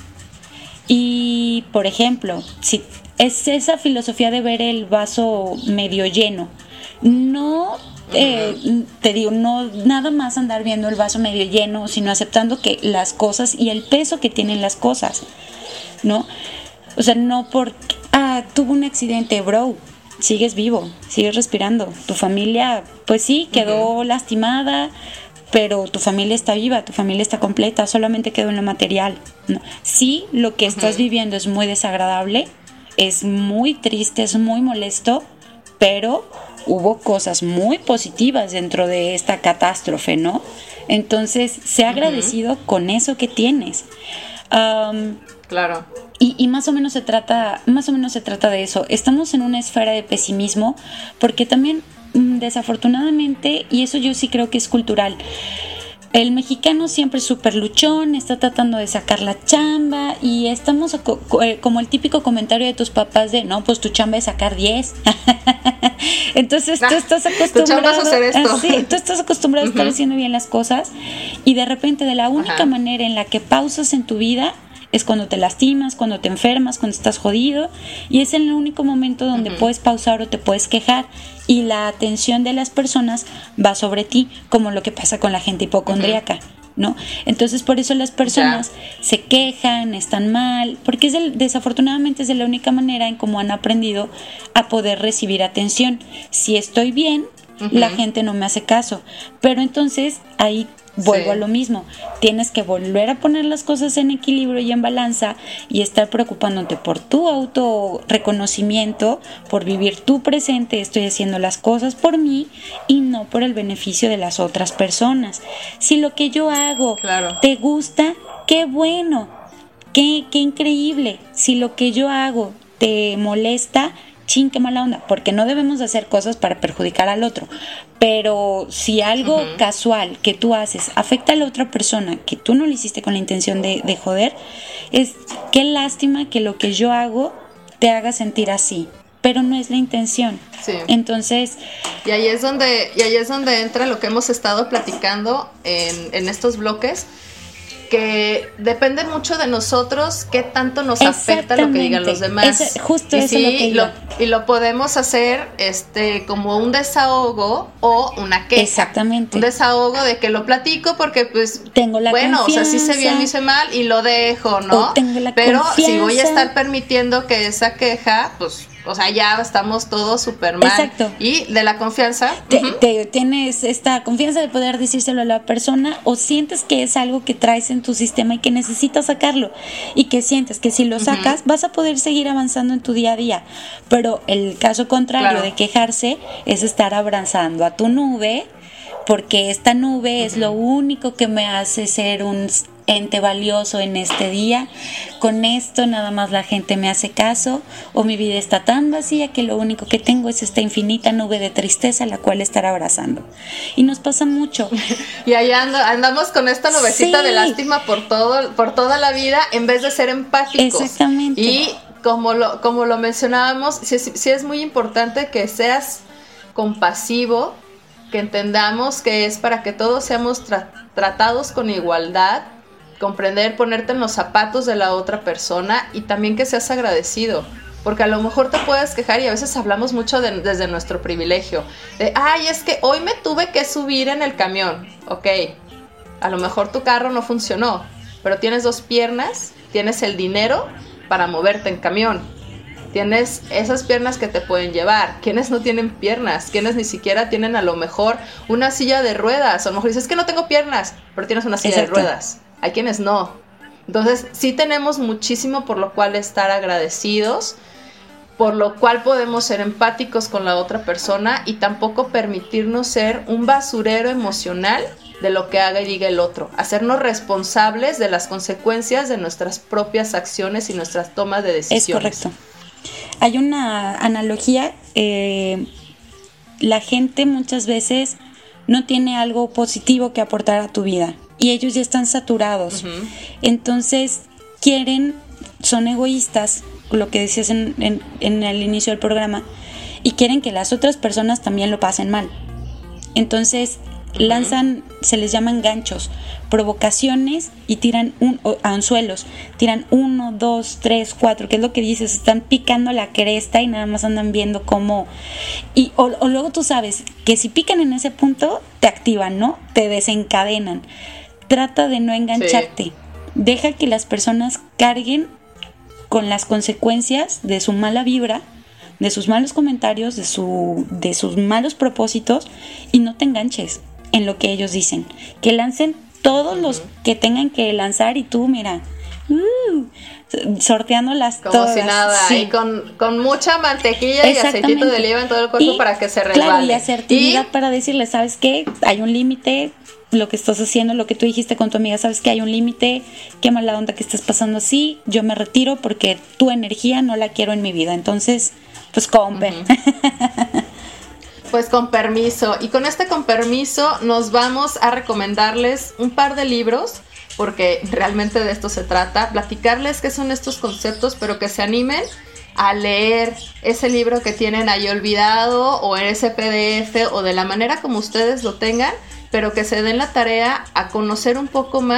Y, por ejemplo, si es esa filosofía de ver el vaso medio lleno, no te digo, no nada más andar viendo el vaso medio lleno, sino aceptando que las cosas y el peso que tienen las cosas, ¿no? O sea, no porque tuvo un accidente, bro, sigues vivo, sigues respirando, tu familia pues sí quedó lastimada, pero tu familia está viva, tu familia está completa, solamente quedó en lo material, ¿no? Sí, lo que estás viviendo es muy desagradable, es muy triste, es muy molesto, pero hubo cosas muy positivas dentro de esta catástrofe, ¿no? Entonces, sé agradecido con eso que tienes. Claro. Y más o menos se trata de eso. Estamos en una esfera de pesimismo porque también, desafortunadamente, y eso yo sí creo que es cultural, el mexicano siempre es súper luchón, está tratando de sacar la chamba y estamos como el típico comentario de tus papás de, no, pues tu chamba es sacar 10. Entonces tú estás acostumbrado, tu chamba es hacer esto. Sí, tú estás acostumbrado a estar haciendo bien las cosas y de repente de la única manera en la que pausas en tu vida es cuando te lastimas, cuando te enfermas, cuando estás jodido, y es el único momento donde puedes pausar o te puedes quejar, y la atención de las personas va sobre ti, como lo que pasa con la gente hipocondríaca, ¿no? Entonces por eso las personas se quejan, están mal, porque desafortunadamente es de la única manera en cómo han aprendido a poder recibir atención. Si estoy bien, la gente no me hace caso, pero entonces ahí vuelvo a lo mismo, tienes que volver a poner las cosas en equilibrio y en balanza y estar preocupándote por tu autorreconocimiento, por vivir tu presente, estoy haciendo las cosas por mí y no por el beneficio de las otras personas. Si lo que yo hago te gusta, qué bueno, qué increíble. Si lo que yo hago te molesta, chin, qué mala onda, porque no debemos de hacer cosas para perjudicar al otro. Pero si algo casual que tú haces afecta a la otra persona, que tú no lo hiciste con la intención de joder, es qué lástima que lo que yo hago te haga sentir así, pero no es la intención. Sí. Entonces, y ahí es donde entra lo que hemos estado platicando en estos bloques, que depende mucho de nosotros qué tanto nos afecta lo que digan los demás. Justo y eso es lo que yo... y lo podemos hacer como un desahogo o una queja. Exactamente. Un desahogo de que lo platico porque pues tengo la confianza, o sea, sí hice bien, hice mal y lo dejo, ¿no? Pero confianza. Si voy a estar permitiendo que esa queja, pues, o sea, ya estamos todos súper mal. Exacto. Y de la confianza. Tienes esta confianza de poder decírselo a la persona, o sientes que es algo que traes en tu sistema y que necesitas sacarlo, y que sientes que si lo sacas vas a poder seguir avanzando en tu día a día. Pero el caso contrario de quejarse es estar abrazando a tu nube, porque esta nube es lo único que me hace ser un ente valioso en este día. Con esto nada más la gente me hace caso, o mi vida está tan vacía que lo único que tengo es esta infinita nube de tristeza la cual estar abrazando. Y nos pasa mucho. Y ahí andamos con esta nubecita de lástima por toda la vida, en vez de ser empáticos. Exactamente. Y como lo mencionábamos, sí es muy importante que seas compasivo, que entendamos que es para que todos seamos tratados con igualdad, comprender, ponerte en los zapatos de la otra persona, y también que seas agradecido, porque a lo mejor te puedes quejar, y a veces hablamos mucho desde nuestro privilegio, de, es que hoy me tuve que subir en el camión. Ok, a lo mejor tu carro no funcionó, pero tienes 2 piernas, tienes el dinero para moverte en camión, tienes esas piernas que te pueden llevar. ¿Quiénes no tienen piernas? ¿Quiénes ni siquiera tienen a lo mejor una silla de ruedas? A lo mejor dices, es que no tengo piernas, pero tienes una silla de ruedas. Hay quienes no. Entonces sí tenemos muchísimo por lo cual estar agradecidos, por lo cual podemos ser empáticos con la otra persona, y tampoco permitirnos ser un basurero emocional de lo que haga y diga el otro. Hacernos responsables de las consecuencias de nuestras propias acciones y nuestras tomas de decisiones. Es correcto. Hay una analogía, la gente muchas veces no tiene algo positivo que aportar a tu vida y ellos ya están saturados. Entonces son egoístas, lo que decías en el inicio del programa, y quieren que las otras personas también lo pasen mal. Entonces lanzan, se les llaman ganchos, provocaciones, y tiran anzuelos, tiran 1, 2, 3, 4, que es lo que dices, están picando la cresta y nada más andan viendo cómo, o luego tú sabes que si pican en ese punto te activan, ¿no? Te desencadenan. Trata de no engancharte, deja que las personas carguen con las consecuencias de su mala vibra, de sus malos comentarios, de sus malos propósitos, y no te enganches en lo que ellos dicen. Que lancen todos los que tengan que lanzar, y tú, mira, sorteándolas como todas. Si nada, y con mucha mantequilla y aceitito de oliva en todo el cuerpo para que se resbale. Claro, y asertividad para decirle, ¿sabes qué? Hay un límite, lo que estás haciendo, lo que tú dijiste con tu amiga, ¿sabes qué? Hay un límite, qué mala onda que estás pasando así, yo me retiro porque tu energía no la quiero en mi vida. Entonces, pues Pues con permiso. Y con permiso nos vamos a recomendarles un par de libros, porque realmente de esto se trata, platicarles qué son estos conceptos, pero que se animen a leer ese libro que tienen ahí olvidado, o en ese PDF, o de la manera como ustedes lo tengan, pero que se den la tarea a conocer un poco más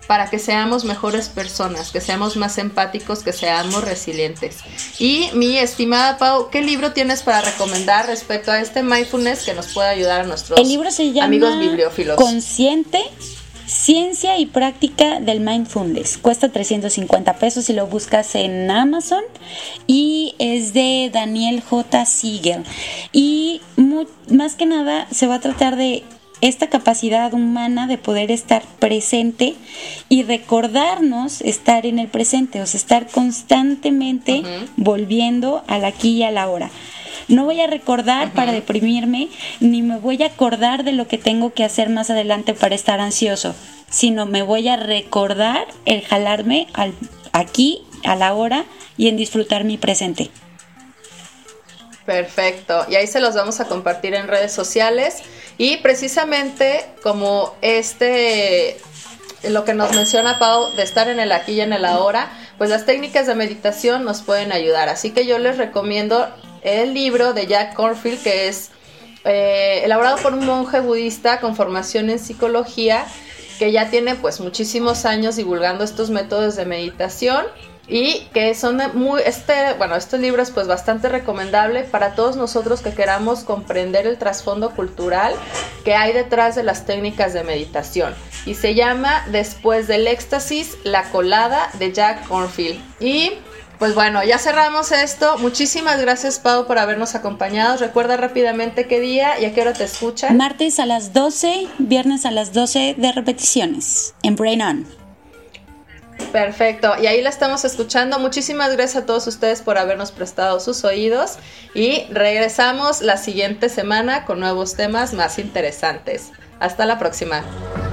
para que seamos mejores personas, que seamos más empáticos, que seamos resilientes. Y mi estimada Pau, ¿qué libro tienes para recomendar respecto a este mindfulness que nos puede ayudar a nuestros El libro se llama amigos bibliófilos? Consciente, Ciencia y Práctica del Mindfulness. Cuesta $350 si lo buscas en Amazon y es de Daniel J. Siegel. Y más que nada se va a tratar de esta capacidad humana de poder estar presente y recordarnos estar en el presente, o sea, estar constantemente volviendo al aquí y a la hora. No voy a recordar para deprimirme, ni me voy a acordar de lo que tengo que hacer más adelante para estar ansioso, sino me voy a recordar el jalarme al aquí, a la hora y en disfrutar mi presente. Perfecto, y ahí se los vamos a compartir en redes sociales. Y precisamente como lo que nos menciona Pau, de estar en el aquí y en el ahora, pues las técnicas de meditación nos pueden ayudar. Así que yo les recomiendo el libro de Jack Kornfield, que es elaborado por un monje budista con formación en psicología, que ya tiene pues muchísimos años divulgando estos métodos de meditación. Y que son este libro es pues bastante recomendable para todos nosotros que queramos comprender el trasfondo cultural que hay detrás de las técnicas de meditación. Y se llama Después del éxtasis, la colada, de Jack Kornfield. Y pues bueno, ya cerramos esto. Muchísimas gracias, Pau, por habernos acompañado. Recuerda rápidamente qué día y a qué hora te escuchan. Martes a las 12, viernes a las 12 de repeticiones en Brain On. Perfecto, y ahí la estamos escuchando. Muchísimas gracias a todos ustedes por habernos prestado sus oídos y regresamos la siguiente semana con nuevos temas más interesantes. Hasta la próxima.